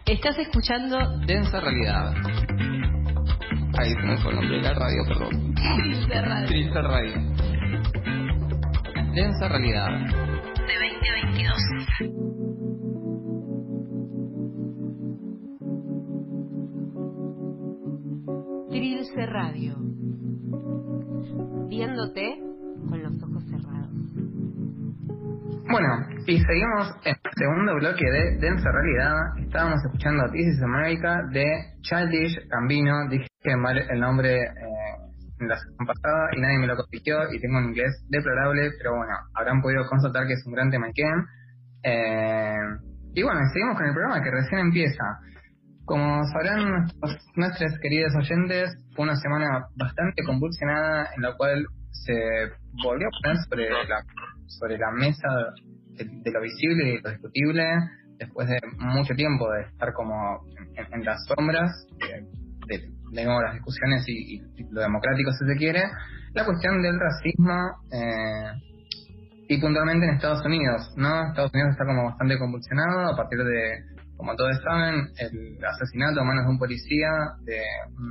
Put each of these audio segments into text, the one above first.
Estás escuchando Densa Realidad. Ahí se me fue el nombre de la radio, perdón. Trilce Radio. Densa Realidad. De 2022. Trilce Radio. Viéndote con los ojos cerrados. Bueno, y seguimos en el segundo bloque de Densa Realidad. Estábamos escuchando This is America de Childish Gambino. Dije mal el nombre en la sesión pasada y nadie me lo corrigió y tengo un inglés deplorable, pero bueno, habrán podido constatar que es un gran tema. Y bueno, seguimos con el programa que recién empieza. Como sabrán nuestros queridos oyentes, fue una semana bastante convulsionada en la cual se volvió a poner sobre la mesa de lo visible y lo discutible, después de mucho tiempo de estar como en las sombras de nuevo las discusiones y lo democrático, si se quiere, la cuestión del racismo y puntualmente en Estados Unidos, ¿no? Estados Unidos está como bastante convulsionado a partir de, como todos saben, el asesinato a manos de un policía de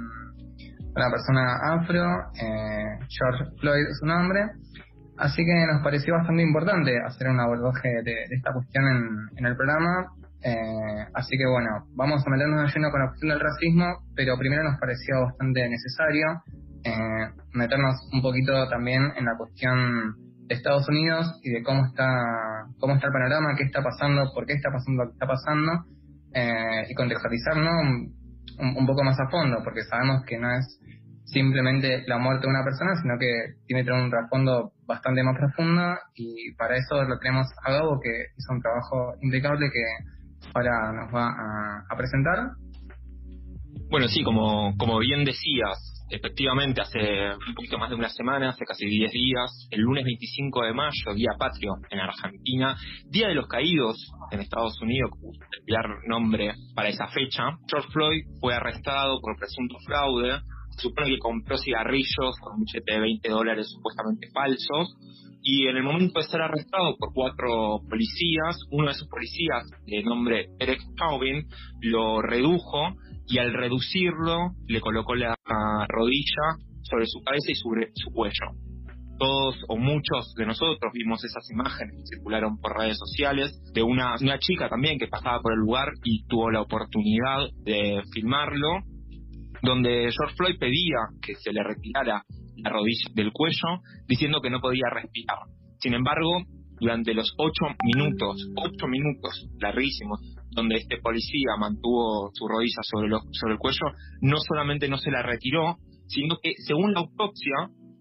una persona afro, George Floyd es su nombre. Así que nos pareció bastante importante hacer un abordaje de esta cuestión en el programa. Así que bueno, vamos a meternos de lleno con la cuestión del racismo, pero primero nos pareció bastante necesario meternos un poquito también en la cuestión de Estados Unidos y de cómo está el panorama, qué está pasando, por qué está pasando lo que está pasando, y contextualizar, ¿no? un poco más a fondo, porque sabemos que no es simplemente la muerte de una persona, sino que tiene que tener un trasfondo bastante más profundo, y para eso lo tenemos a Gabo, que hizo un trabajo impecable que ahora nos va a presentar. Bueno, sí, como bien decías, efectivamente hace un poquito más de una semana, hace casi 10 días, el lunes 25 de mayo, Día Patrio en Argentina, Día de los Caídos en Estados Unidos, como enviar nombre para esa fecha, George Floyd fue arrestado por presunto fraude. Se supone que compró cigarrillos con un billete de $20 supuestamente falsos, y en el momento de ser arrestado por 4 policías, uno de esos policías, de nombre Derek Chauvin, lo redujo, y al reducirlo le colocó la rodilla sobre su cabeza y sobre su cuello. Todos o muchos de nosotros vimos esas imágenes que circularon por redes sociales de una chica también que pasaba por el lugar y tuvo la oportunidad de filmarlo, donde George Floyd pedía que se le retirara la rodilla del cuello, diciendo que no podía respirar. Sin embargo, durante los 8 minutos larguísimos, donde este policía mantuvo su rodilla sobre el cuello, no solamente no se la retiró, sino que, según la autopsia,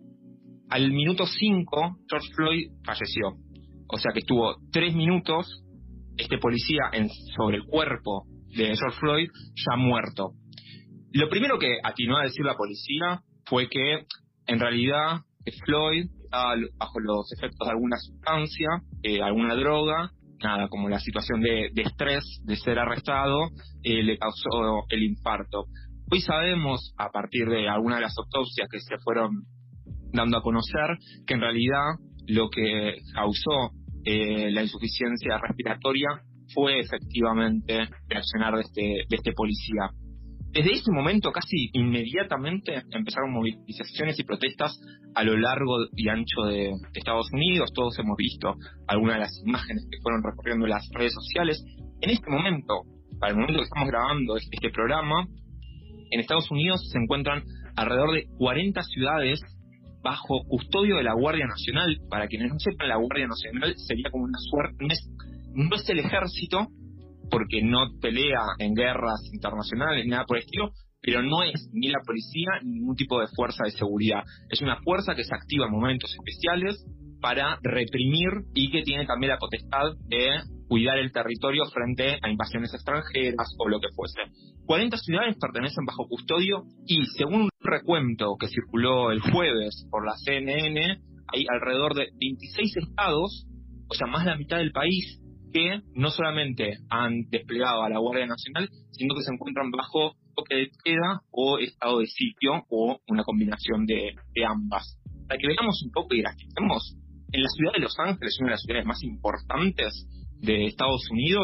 al minuto 5, George Floyd falleció. O sea que estuvo 3 minutos este policía sobre el cuerpo de George Floyd ya muerto. Lo primero que atinó a decir la policía fue que en realidad Floyd estaba bajo los efectos de alguna sustancia, alguna droga, nada, como la situación de estrés de ser arrestado le causó el infarto. Hoy sabemos, a partir de algunas de las autopsias que se fueron dando a conocer, que en realidad lo que causó la insuficiencia respiratoria fue efectivamente el accionar de este policía. Desde ese momento, casi inmediatamente, empezaron movilizaciones y protestas a lo largo y ancho de Estados Unidos. Todos hemos visto algunas de las imágenes que fueron recorriendo las redes sociales. En este momento, para el momento que estamos grabando este programa, en Estados Unidos se encuentran alrededor de 40 ciudades bajo custodio de la Guardia Nacional. Para quienes no sepan, la Guardia Nacional sería como una suerte, no es el ejército, porque no pelea en guerras internacionales ni nada por el estilo, pero no es ni la policía ni ningún tipo de fuerza de seguridad. Es una fuerza que se activa en momentos especiales para reprimir y que tiene también la potestad de cuidar el territorio frente a invasiones extranjeras o lo que fuese. 40 ciudades pertenecen bajo custodio, y según un recuento que circuló el jueves por la CNN, hay alrededor de 26 estados, o sea, más de la mitad del país, que no solamente han desplegado a la Guardia Nacional, sino que se encuentran bajo toque de queda o estado de sitio, o una combinación de ambas. Para que veamos un poco y grafiquemos, en la ciudad de Los Ángeles, una de las ciudades más importantes de Estados Unidos,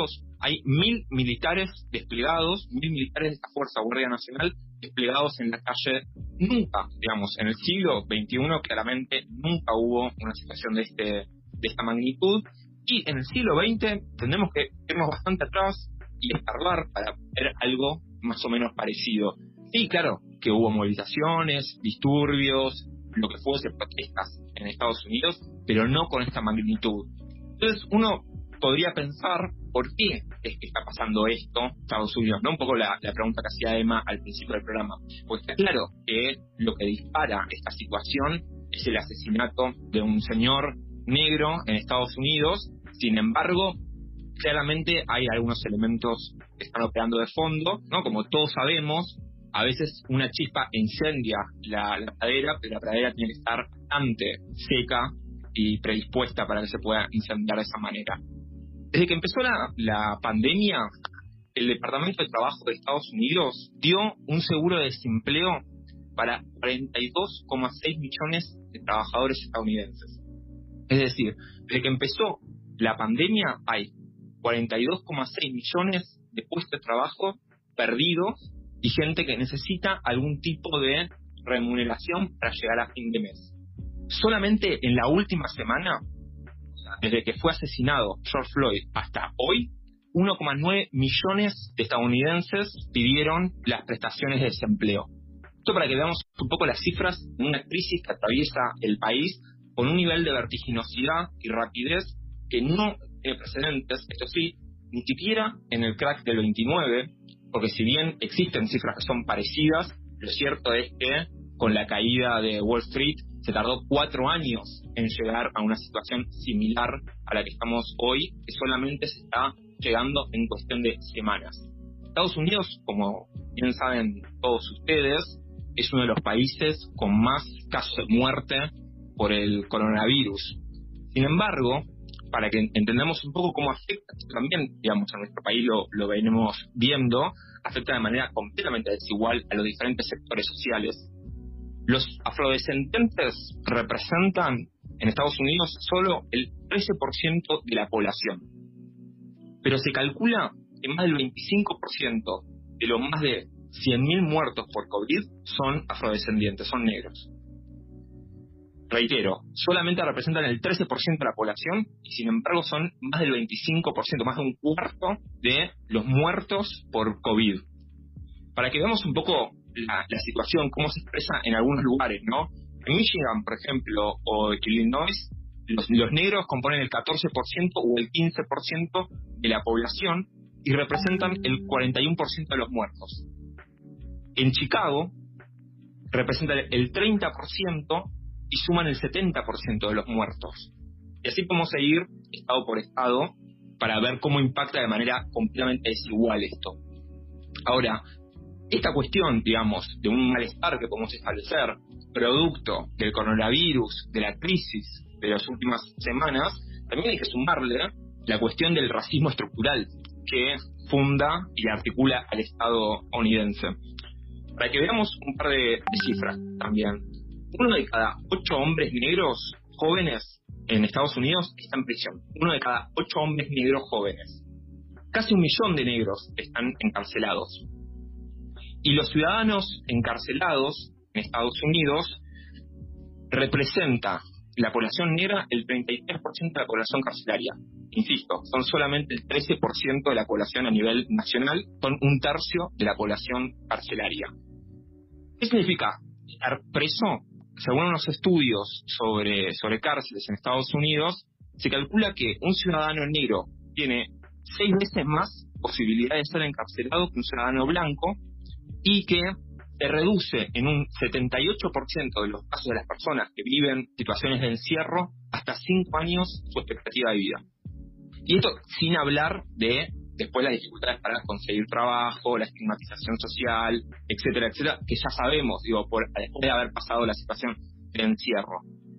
hay 1.000 militares desplegados, 1.000 militares de esta Fuerza Guardia Nacional desplegados en la calle. Nunca, digamos, en el siglo XXI claramente nunca hubo una situación de esta magnitud, y en el siglo XX tendremos que irnos bastante atrás y escarbar para ver algo más o menos parecido. Sí, claro, que hubo movilizaciones, disturbios, lo que fuese, protestas en Estados Unidos, pero no con esta magnitud. Entonces uno podría pensar por qué es que está pasando esto en Estados Unidos, ¿no? Un poco la pregunta que hacía Emma al principio del programa. Pues está claro que lo que dispara esta situación es el asesinato de un señor negro en Estados Unidos. Sin embargo, claramente hay algunos elementos que están operando de fondo, ¿no? Como todos sabemos, a veces una chispa incendia la pradera, pero la pradera tiene que estar bastante seca y predispuesta para que se pueda incendiar de esa manera. Desde que empezó la pandemia, el Departamento de Trabajo de Estados Unidos dio un seguro de desempleo para 42,6 millones de trabajadores estadounidenses. Es decir, desde que empezó la pandemia hay 42,6 millones de puestos de trabajo perdidos y gente que necesita algún tipo de remuneración para llegar a fin de mes. Solamente en la última semana, desde que fue asesinado George Floyd hasta hoy, 1,9 millones de estadounidenses pidieron las prestaciones de desempleo. Esto para que veamos un poco las cifras de una crisis que atraviesa el país con un nivel de vertiginosidad y rapidez que no tiene precedentes, esto sí, ni siquiera en el crack del 29, porque si bien existen cifras que son parecidas, lo cierto es que con la caída de Wall Street se tardó 4 años en llegar a una situación similar a la que estamos hoy, que solamente se está llegando en cuestión de semanas. Estados Unidos, como bien saben todos ustedes, es uno de los países con más casos de muerte por el coronavirus. Sin embargo, para que entendamos un poco cómo afecta, también, digamos, a nuestro país lo venimos viendo, afecta de manera completamente desigual a los diferentes sectores sociales. Los afrodescendientes representan en Estados Unidos solo el 13% de la población, pero se calcula que más del 25% de los más de 100.000 muertos por COVID son afrodescendientes, son negros. Reitero, solamente representan el 13% de la población y sin embargo son más del 25%, más de un cuarto de los muertos por COVID. Para que veamos un poco la situación, cómo se expresa en algunos lugares, ¿no? En Michigan, por ejemplo, o Illinois, los negros componen el 14% o el 15% de la población y representan el 41% de los muertos. En Chicago representan el 30% y suman el 70% de los muertos. Y así podemos seguir estado por estado para ver cómo impacta de manera completamente desigual esto. Ahora, esta cuestión, digamos, de un malestar que podemos establecer, producto del coronavirus, de la crisis de las últimas semanas, también hay que sumarle la cuestión del racismo estructural que funda y articula al Estado estadounidense. Para que veamos un par de cifras también. 1 de cada 8 hombres negros jóvenes en Estados Unidos está en prisión. 1 de cada 8 hombres negros jóvenes. Casi 1 millón de negros están encarcelados. Y los ciudadanos encarcelados en Estados Unidos representa la población negra el 33% de la población carcelaria. Insisto, son solamente el 13% de la población a nivel nacional, son 1/3 de la población carcelaria. ¿Qué significa estar preso? Según unos estudios sobre cárceles en Estados Unidos, se calcula que un ciudadano negro tiene 6 veces más posibilidad de ser encarcelado que un ciudadano blanco y que se reduce en un 78% de los casos de las personas que viven situaciones de encierro hasta 5 años su expectativa de vida. Y esto sin hablar de después las dificultades para conseguir trabajo, la estigmatización social, etcétera, etcétera, que ya sabemos, después de haber pasado la situación de encierro.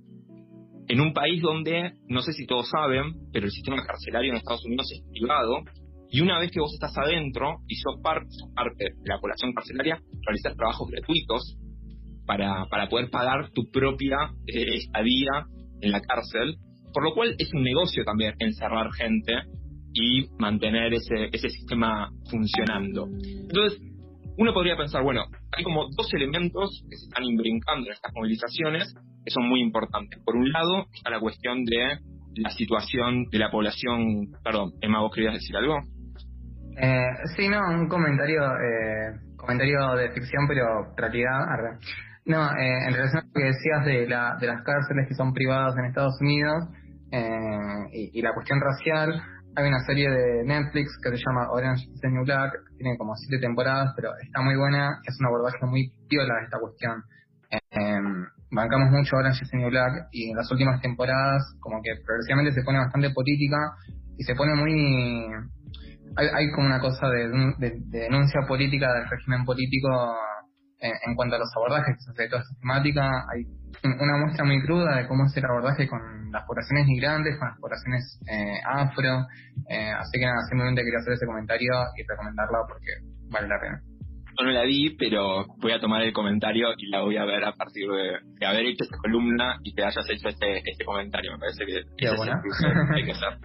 En un país donde, no sé si todos saben, pero el sistema carcelario en Estados Unidos es privado, y una vez que vos estás adentro y sos parte de la población carcelaria, realizas trabajos gratuitos para poder pagar tu propia estadía en la cárcel, por lo cual es un negocio también encerrar gente y mantener ese sistema funcionando. Entonces, uno podría pensar, bueno, hay como dos elementos que se están imbrincando en estas movilizaciones que son muy importantes. Por un lado, está la cuestión de la situación de la población. Perdón, Emma, ¿vos querías decir algo? Sí, no, un comentario de ficción, pero realidad. No, en relación a lo que decías de las cárceles que son privadas en Estados Unidos y la cuestión racial, hay una serie de Netflix que se llama Orange is the New Black, que tiene como 7 temporadas, pero está muy buena, es un abordaje muy piola de esta cuestión. Bancamos mucho Orange is the New Black y en las últimas temporadas como que progresivamente se pone bastante política y se pone muy... Hay como una cosa de denuncia política del régimen político en cuanto a los abordajes que se hace de toda esta temática. Hay una muestra muy cruda de cómo es el abordaje con las poblaciones migrantes, con las poblaciones afro. Así que nada, simplemente quería hacer ese comentario y recomendarla porque vale la pena. Yo no la vi, pero voy a tomar el comentario y la voy a ver a partir de haber hecho esta columna y que hayas hecho este comentario. Me parece que ese es el cruce que hay que hacer.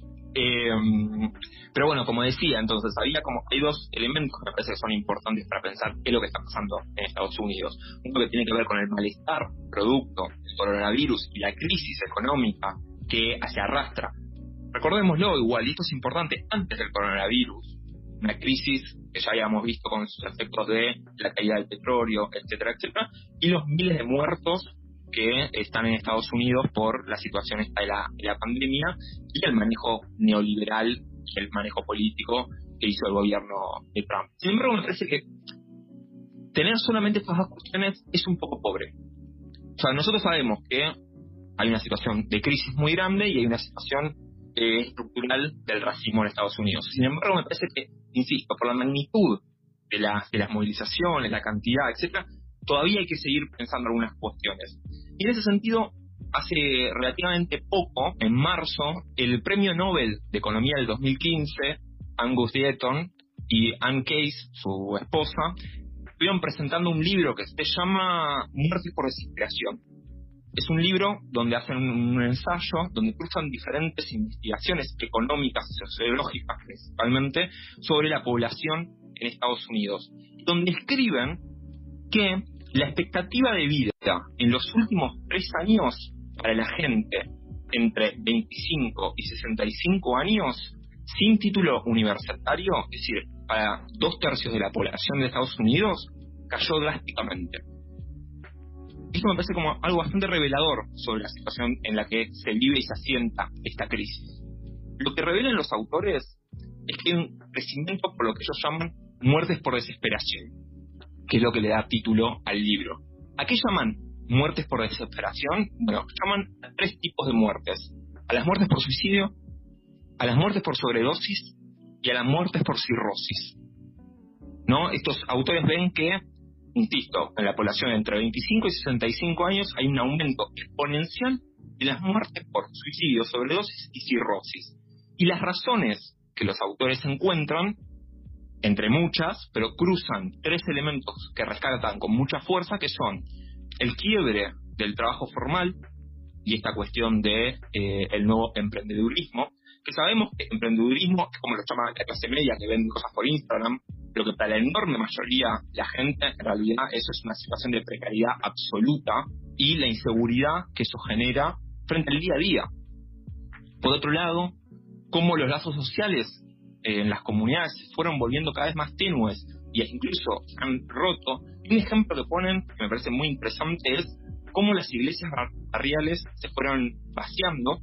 Pero bueno, como decía, entonces hay dos elementos que me parece que son importantes para pensar qué es lo que está pasando en Estados Unidos. Uno que tiene que ver con el malestar producto del coronavirus y la crisis económica que se arrastra. Recordémoslo igual, y esto es importante, antes del coronavirus, una crisis que ya habíamos visto con sus efectos de la caída del petróleo, etcétera, etcétera, y los miles de muertos que están en Estados Unidos por la situación esta de la pandemia y el manejo neoliberal y el manejo político que hizo el gobierno de Trump. Sin embargo, me parece que tener solamente estas dos cuestiones es un poco pobre. O sea, nosotros sabemos que hay una situación de crisis muy grande y hay una situación estructural del racismo en Estados Unidos. Sin embargo, me parece que, insisto, por la magnitud de las movilizaciones, la cantidad, etcétera, todavía hay que seguir pensando algunas cuestiones. Y en ese sentido, hace relativamente poco, en marzo, el Premio Nobel de Economía del 2015, Angus Deaton y Anne Case, su esposa, estuvieron presentando un libro que se llama Muerte por Desesperación. Es un libro donde hacen un ensayo, donde cruzan diferentes investigaciones económicas y sociológicas principalmente sobre la población en Estados Unidos, donde escriben que la expectativa de vida en los últimos 3 años para la gente entre 25 y 65 años sin título universitario, es decir, para 2/3 de la población de Estados Unidos, cayó drásticamente. Esto me parece como algo bastante revelador sobre la situación en la que se vive y se asienta esta crisis. Lo que revelan los autores es que hay un crecimiento por lo que ellos llaman muertes por desesperación, que es lo que le da título al libro. ¿A qué llaman muertes por desesperación? Bueno, llaman a 3 tipos de muertes: a las muertes por suicidio, a las muertes por sobredosis y a las muertes por cirrosis. ¿No? Estos autores ven que, insisto, en la población entre 25 y 65 años hay un aumento exponencial de las muertes por suicidio, sobredosis y cirrosis. Y las razones que los autores encuentran, entre muchas, pero cruzan 3 elementos que rescatan con mucha fuerza, que son el quiebre del trabajo formal y esta cuestión de el nuevo emprendedurismo, que sabemos que emprendedurismo es como lo llama la clase media que vende cosas por Instagram, pero que para la enorme mayoría de la gente en realidad eso es una situación de precariedad absoluta y la inseguridad que eso genera frente al día a día. Por otro lado, cómo los lazos sociales en las comunidades se fueron volviendo cada vez más tenues y incluso se han roto. Un ejemplo que ponen, que me parece muy interesante, es cómo las iglesias barriales se fueron vaciando.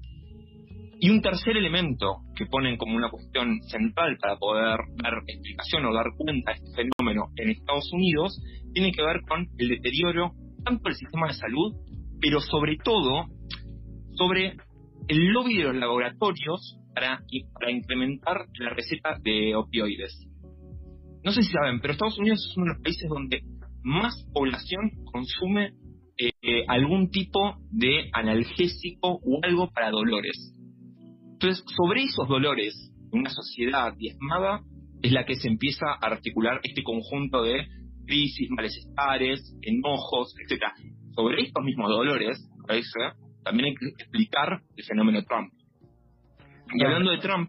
Y un tercer elemento que ponen como una cuestión central para poder dar explicación o dar cuenta de este fenómeno en Estados Unidos tiene que ver con el deterioro tanto del sistema de salud, pero sobre todo sobre el lobby de los laboratorios para incrementar la receta de opioides. No sé si saben, pero Estados Unidos es uno de los países donde más población consume algún tipo de analgésico o algo para dolores. Entonces, sobre esos dolores, una sociedad diezmada es la que se empieza a articular este conjunto de crisis, malestares, enojos, etc. Sobre estos mismos dolores, parece, también hay que explicar el fenómeno Trump. Y hablando de Trump...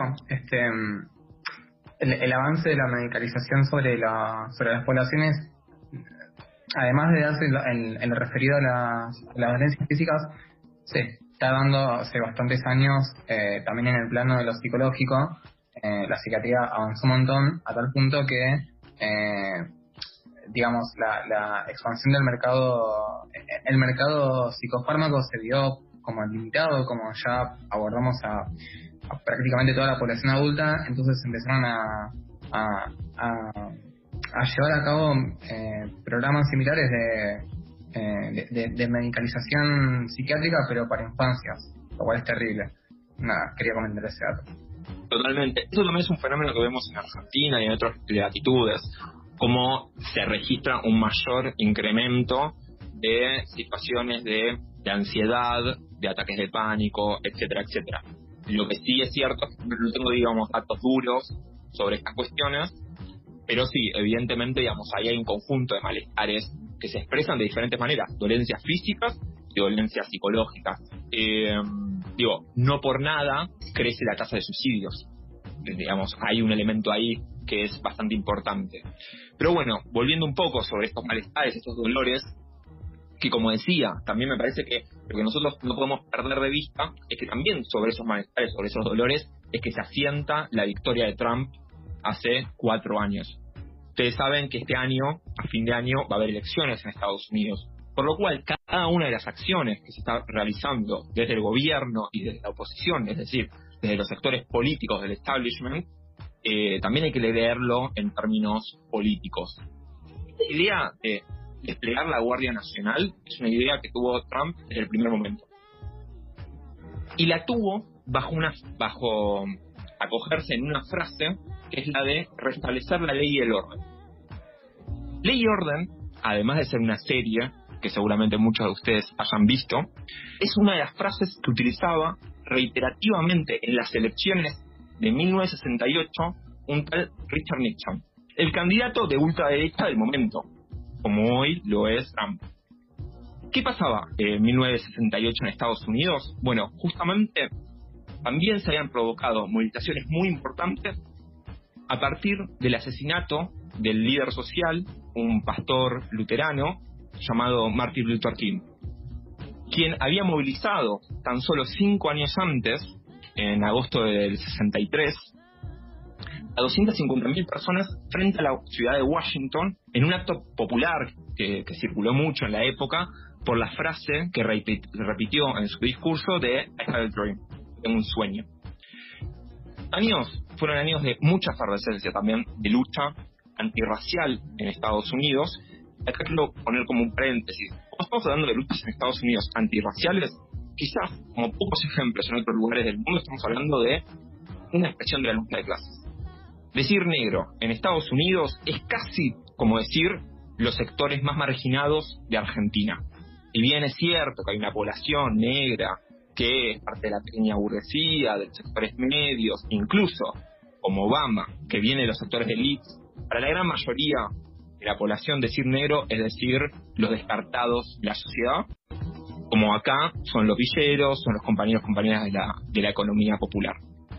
El avance de la medicalización sobre las poblaciones, además de darse en lo referido a las dolencias físicas, se está dando hace bastantes años también en el plano de lo psicológico. La psiquiatría avanzó un montón a tal punto que digamos la expansión del mercado, el mercado psicofármaco se vio como limitado, como ya abordamos a prácticamente toda la población adulta. Entonces empezaron a llevar a cabo programas similares de medicalización psiquiátrica, pero para infancias, lo cual es terrible. Nada, quería comentar ese dato. Totalmente. Eso también es un fenómeno que vemos en Argentina y en otras latitudes, como se registra un mayor incremento de situaciones de ansiedad, de ataques de pánico, etcétera, etcétera. Lo que sí es cierto es que no tengo, digamos, datos duros sobre estas cuestiones, pero sí, evidentemente, digamos, ahí hay un conjunto de malestares que se expresan de diferentes maneras, dolencias físicas y dolencias psicológicas. No por nada crece la tasa de suicidios. Digamos, hay un elemento ahí que es bastante importante. Pero bueno, volviendo un poco sobre estos malestares, estos dolores, que como decía, también me parece que lo que nosotros no podemos perder de vista es que también sobre esos malestares, sobre esos dolores, es que se asienta la victoria de Trump hace 4 años. Ustedes saben que este año, a fin de año, va a haber elecciones en Estados Unidos, por lo cual cada una de las acciones que se está realizando desde el gobierno y desde la oposición, es decir, desde los sectores políticos del establishment, también hay que leerlo en términos políticos. Esta idea de desplegar la Guardia Nacional es una idea que tuvo Trump desde el primer momento. Y la tuvo bajo acogerse en una frase que es la de restablecer la ley y el orden. Ley y orden, además de ser una serie que seguramente muchos de ustedes hayan visto, es una de las frases que utilizaba reiterativamente en las elecciones de 1968 un tal Richard Nixon, el candidato de ultraderecha del momento, como hoy lo es Trump. ¿Qué pasaba en 1968 en Estados Unidos? Bueno, justamente también se habían provocado movilizaciones muy importantes a partir del asesinato del líder social, un pastor luterano llamado Martin Luther King, quien había movilizado tan solo 5 años antes, en agosto del 63, a 250.000 personas frente a la ciudad de Washington en un acto popular que circuló mucho en la época por la frase que repitió en su discurso de I have a dream, tengo un sueño. Fueron años de mucha efervescencia también, de lucha antirracial en Estados Unidos. Acá quiero poner como un paréntesis. Cuando estamos hablando de luchas en Estados Unidos antirraciales, quizás como pocos ejemplos en otros lugares del mundo, estamos hablando de una expresión de la lucha de clases. Decir negro en Estados Unidos es casi como decir los sectores más marginados de Argentina. Y bien es cierto que hay una población negra que es parte de la pequeña burguesía, de los sectores medios, incluso como Obama, que viene de los sectores de élite, para la gran mayoría de la población decir negro es decir los descartados de la sociedad, como acá son los villeros, son los compañeros, compañeras de la economía popular.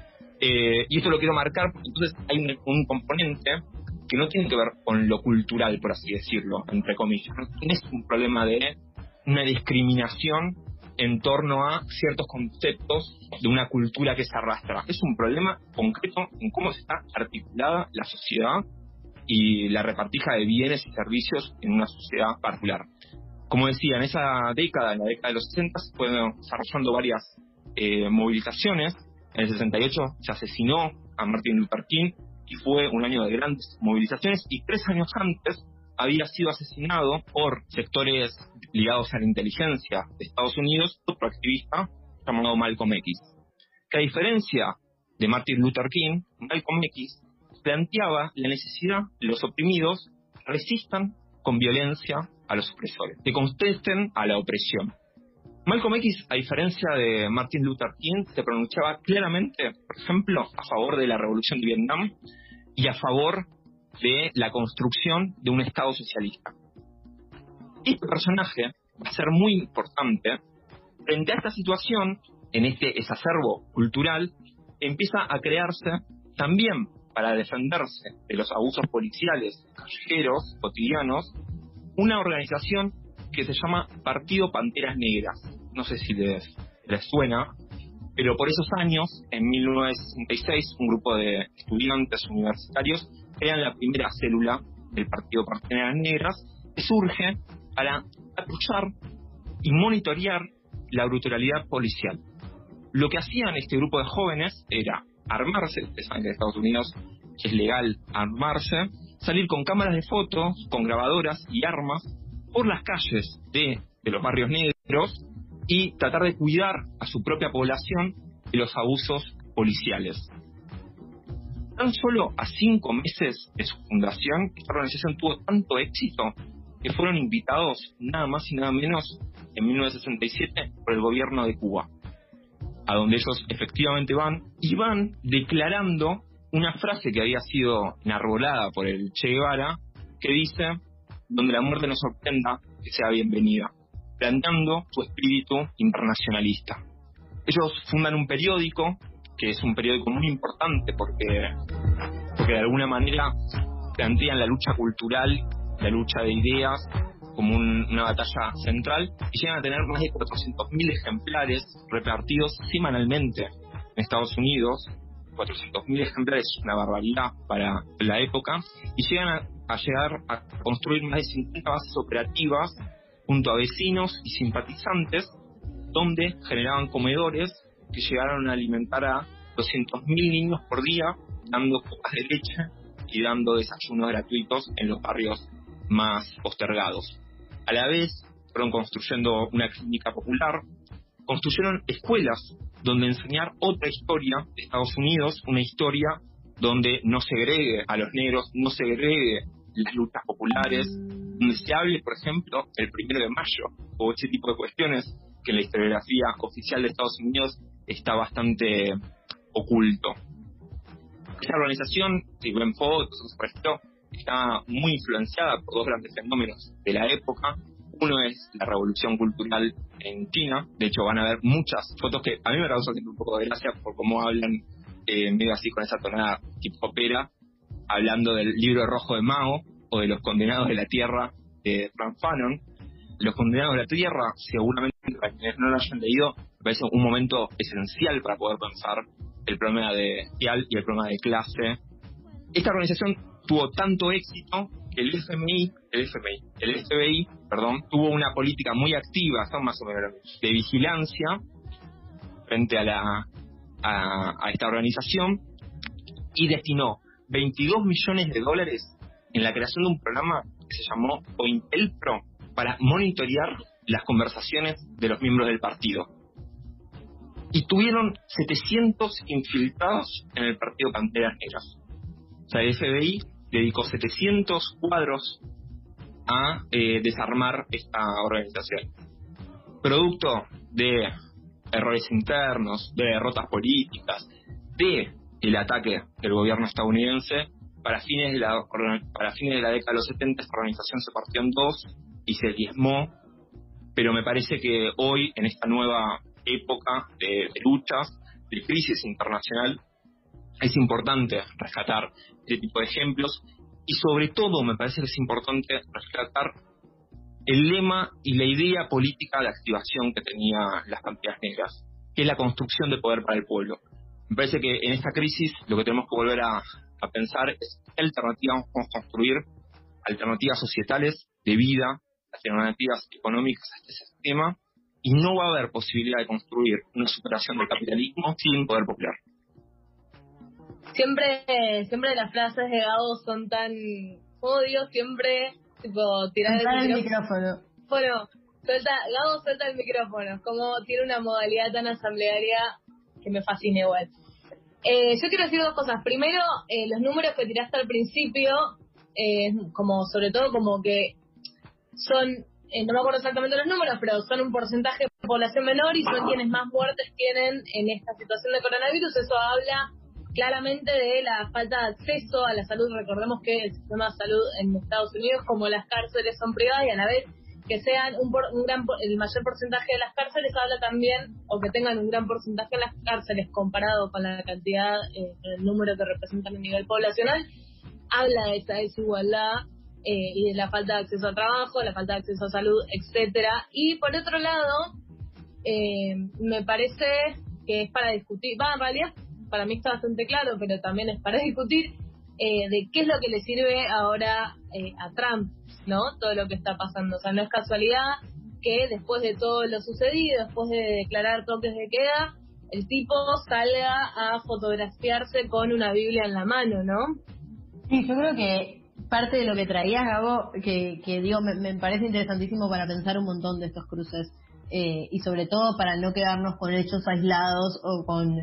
Y esto lo quiero marcar porque entonces hay un componente que no tiene que ver con lo cultural, por así decirlo, entre comillas. No es un problema de una discriminación en torno a ciertos conceptos de una cultura que se arrastra. Es un problema concreto en cómo está articulada la sociedad y la repartija de bienes y servicios en una sociedad particular. Como decía, en esa década, en la década de los 60, se fueron desarrollando varias movilizaciones. En el 68 se asesinó a Martin Luther King y fue un año de grandes movilizaciones, y 3 años antes había sido asesinado por sectores ligados a la inteligencia de Estados Unidos otro activista llamado Malcolm X, que a diferencia de Martin Luther King, Malcolm X planteaba la necesidad de los oprimidos resistan con violencia a los opresores, que contesten a la opresión. Malcolm X, a diferencia de Martin Luther King, se pronunciaba claramente, por ejemplo, a favor de la revolución de Vietnam y a favor de la construcción de un Estado socialista. Este personaje va a ser muy importante frente a esta situación, en este exacerbo cultural, empieza a crearse también para defenderse de los abusos policiales callejeros, cotidianos, una organización que se llama Partido Panteras Negras. No sé si les suena, pero por esos años, en 1966, un grupo de estudiantes universitarios crean la primera célula del Partido Panteras Negras, que surge para patrular y monitorear la brutalidad policial. Lo que hacían este grupo de jóvenes era armarse, ustedes saben que en Estados Unidos es legal armarse, salir con cámaras de fotos, con grabadoras y armas por las calles de los barrios negros y tratar de cuidar a su propia población de los abusos policiales. Tan solo a 5 meses de su fundación, esta organización tuvo tanto éxito que fueron invitados nada más y nada menos en 1967 por el gobierno de Cuba, a donde ellos efectivamente van declarando una frase que había sido enarbolada por el Che Guevara, que dice: donde la muerte nos sorprenda, que sea bienvenida, planteando su espíritu internacionalista. Ellos fundan un periódico, que es un periódico muy importante porque de alguna manera plantean la lucha cultural, la lucha de ideas, como una batalla central, y llegan a tener más de 400.000 ejemplares repartidos semanalmente en Estados Unidos. 400.000 ejemplares es una barbaridad para la época, y llegan a llegar a construir más de 50 bases operativas junto a vecinos y simpatizantes, donde generaban comedores que llegaron a alimentar a 200.000 niños por día, dando copas de leche y dando desayunos gratuitos en los barrios más postergados. A la vez fueron construyendo una clínica popular, construyeron escuelas donde enseñar otra historia de Estados Unidos, una historia donde no segregue a los negros, no segregue las luchas populares, donde se hable, por ejemplo, el 1 de mayo, o ese tipo de cuestiones que en la historiografía oficial de Estados Unidos está bastante oculto. Esta organización, si ven fotos, por ejemplo, está muy influenciada por 2 grandes fenómenos de la época. Uno es la revolución cultural en China. De hecho, van a ver muchas fotos que a mí me causan un poco de gracia por cómo hablan medio así con esa tonada hip hopera, hablando del libro rojo de Mao o de los condenados de la tierra de Frank Fanon. Los condenados de la tierra, seguramente para quienes no lo hayan leído, me parece un momento esencial para poder pensar el problema de social y el problema de clase. Esta organización tuvo tanto éxito que el FBI, tuvo una política muy activa, son más o menos de vigilancia frente a esta organización, y destinó $22 millones en la creación de un programa que se llamó COINTELPRO para monitorear las conversaciones de los miembros del partido. Y tuvieron 700 infiltrados en el Partido Panteras Negras. O sea, el FBI dedicó 700 cuadros a desarmar esta organización. Producto de errores internos, de derrotas políticas, de el ataque del gobierno estadounidense, para fines de la década de los 70 esta organización se partió en 2 y se diezmó, pero me parece que hoy, en esta nueva época de luchas, de crisis internacional, es importante rescatar este tipo de ejemplos, y sobre todo me parece que es importante rescatar el lema y la idea política de activación que tenía las Panteras Negras, que es la construcción de poder para el pueblo. Me parece que en esta crisis lo que tenemos que volver a pensar es qué alternativas vamos a construir, alternativas societales de vida, alternativas económicas a este sistema, y no va a haber posibilidad de construir una superación del capitalismo sin poder popular. Siempre las frases de Gabo son tan odio, siempre tipo tirar el micrófono. Bueno, Gabo suelta el micrófono, como tiene una modalidad tan asamblearia que me fascina igual. Yo quiero decir 2 cosas. Primero, los números que tiraste al principio, como sobre todo como que son, no me acuerdo exactamente los números, pero son un porcentaje de población menor y son quienes más muertes tienen en esta situación de coronavirus. Eso habla claramente de la falta de acceso a la salud. Recordemos que el sistema de salud en Estados Unidos, como las cárceles, son privadas y a la vez que sean el mayor porcentaje de las cárceles habla también, o que tengan un gran porcentaje en las cárceles comparado con la cantidad, el número que representan a nivel poblacional, habla de esa desigualdad y de la falta de acceso a trabajo, la falta de acceso a salud, etcétera. Y por otro lado, me parece que es para discutir, en realidad para mí está bastante claro, pero también es para discutir de qué es lo que le sirve ahora a Trump, ¿no? Todo lo que está pasando. O sea, no es casualidad que después de todo lo sucedido, después de declarar toques de queda, el tipo salga a fotografiarse con una Biblia en la mano, ¿no? Sí, yo creo que parte de lo que traías, Gabo, que digo, me parece interesantísimo para pensar un montón de estos cruces, y sobre todo para no quedarnos con hechos aislados o con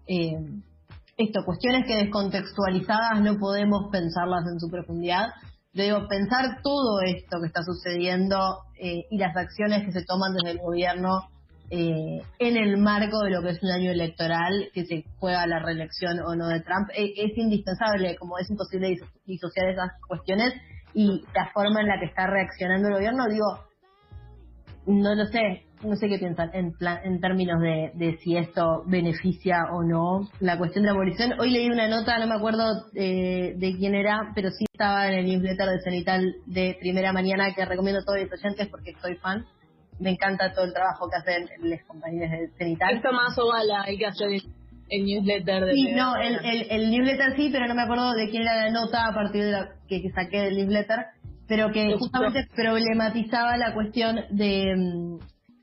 cuestiones que descontextualizadas no podemos pensarlas en su profundidad. Yo digo, pensar todo esto que está sucediendo y las acciones que se toman desde el gobierno en el marco de lo que es un año electoral, que se juega la reelección o no de Trump, es indispensable, como es imposible disociar esas cuestiones y la forma en la que está reaccionando el gobierno. Digo, no lo sé, no sé qué piensan en términos de si esto beneficia o no la cuestión de la abolición. Hoy leí una nota, no me acuerdo de quién era, pero sí estaba en el newsletter de Cenital de Primera Mañana, que recomiendo a todos los oyentes porque soy fan. Me encanta todo el trabajo que hacen los compañeros de Cenital. Esto más ovala hay que hacer el newsletter de... Sí, no, el newsletter sí, pero no me acuerdo de quién era la nota a partir de la que saqué del newsletter, pero que justamente problematizaba la cuestión de,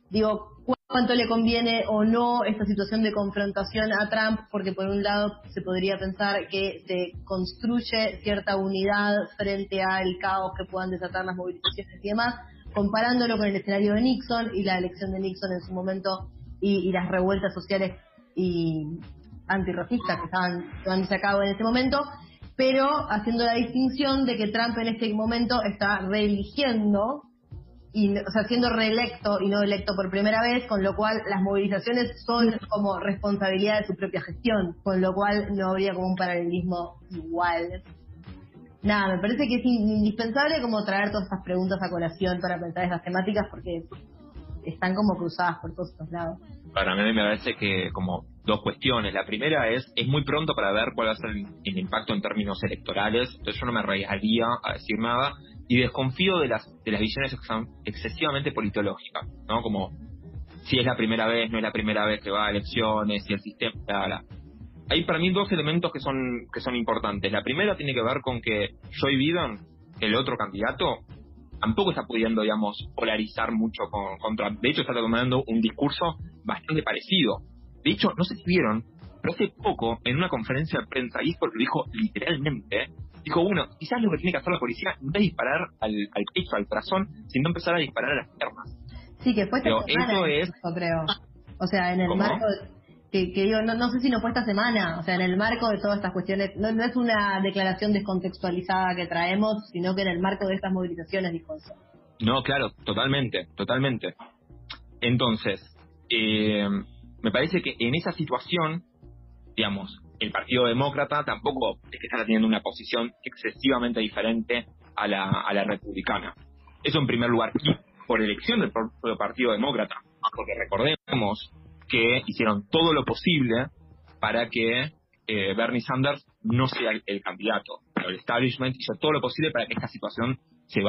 cuánto le conviene o no esta situación de confrontación a Trump, porque por un lado se podría pensar que se construye cierta unidad frente al caos que puedan desatar las movilizaciones y demás, comparándolo con el escenario de Nixon y la elección de Nixon en su momento y las revueltas sociales y antirracistas que estaban llevándose a cabo en ese momento, pero haciendo la distinción de que Trump en este momento está reeligiendo, siendo reelecto y no electo por primera vez, con lo cual las movilizaciones son como responsabilidad de su propia gestión, con lo cual no habría como un paralelismo igual. Nada, me parece que es indispensable como traer todas estas preguntas a colación para pensar esas temáticas, porque están como cruzadas por todos estos lados. Para mí me parece que como dos cuestiones. La primera es muy pronto para ver cuál va a ser el impacto en términos electorales, entonces yo no me arriesgaría a decir nada, y desconfío de las visiones excesivamente politológicas, ¿no? Como si es la primera vez, no es la primera vez que va a elecciones, si el sistema... Hay para mí dos elementos que son importantes. La primera tiene que ver con que Joe Biden, el otro candidato, tampoco está pudiendo, polarizar mucho con Trump. De hecho, está tomando un discurso bastante parecido. De hecho, no sé si vieron, pero hace poco, en una conferencia de prensa, y esto lo dijo literalmente, dijo, quizás lo que tiene que hacer la policía no es disparar al pecho, al corazón, sino empezar a disparar a las piernas. Sí, que fue esta semana, eso creo. O sea, en el marco... Que digo, no sé si no fue esta semana, o sea, en el marco de todas estas cuestiones, no es una declaración descontextualizada que traemos, sino que en el marco de estas movilizaciones dijo eso. No, claro, totalmente. Entonces, me parece que en esa situación, el Partido Demócrata tampoco es que está teniendo una posición excesivamente diferente a la republicana. Eso en primer lugar, y por elección del propio Partido Demócrata, porque recordemos que hicieron todo lo posible para que Bernie Sanders no sea el candidato. Pero el establishment hizo todo lo posible para que esta situación se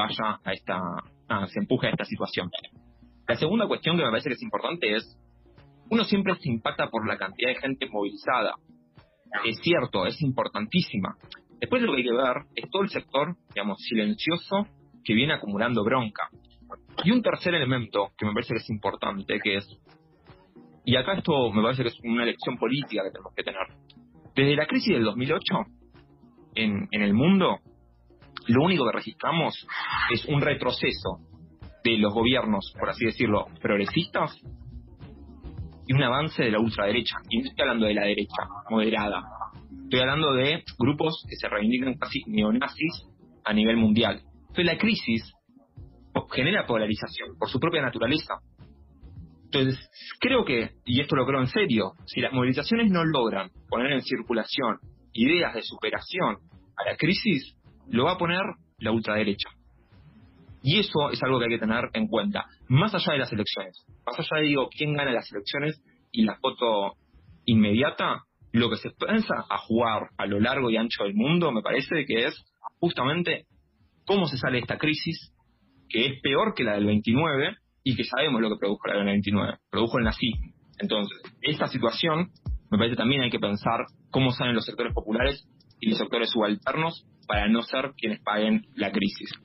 empuje a esta situación. La segunda cuestión que me parece que es importante es, uno siempre se impacta por la cantidad de gente movilizada. Es cierto, es importantísima. Después lo que hay que ver es todo el sector, silencioso, que viene acumulando bronca. Y un tercer elemento que me parece que es importante, que es, y acá esto me parece que es una lección política que tenemos que tener. Desde la crisis del 2008, en el mundo, lo único que registramos es un retroceso de los gobiernos, por así decirlo, progresistas, y un avance de la ultraderecha. Y no estoy hablando de la derecha moderada. Estoy hablando de grupos que se reivindican casi neonazis a nivel mundial. Entonces la crisis genera polarización por su propia naturaleza. Entonces, creo que, y esto lo creo en serio, si las movilizaciones no logran poner en circulación ideas de superación a la crisis, lo va a poner la ultraderecha. Y eso es algo que hay que tener en cuenta, más allá de las elecciones. Más allá de, quién gana las elecciones y la foto inmediata, lo que se piensa a jugar a lo largo y ancho del mundo, me parece que es justamente cómo se sale de esta crisis, que es peor que la del 29, y que sabemos lo que produjo la del 29, produjo el nazismo. Entonces, esta situación, me parece también hay que pensar cómo salen los sectores populares y los sectores subalternos para no ser quienes paguen la crisis.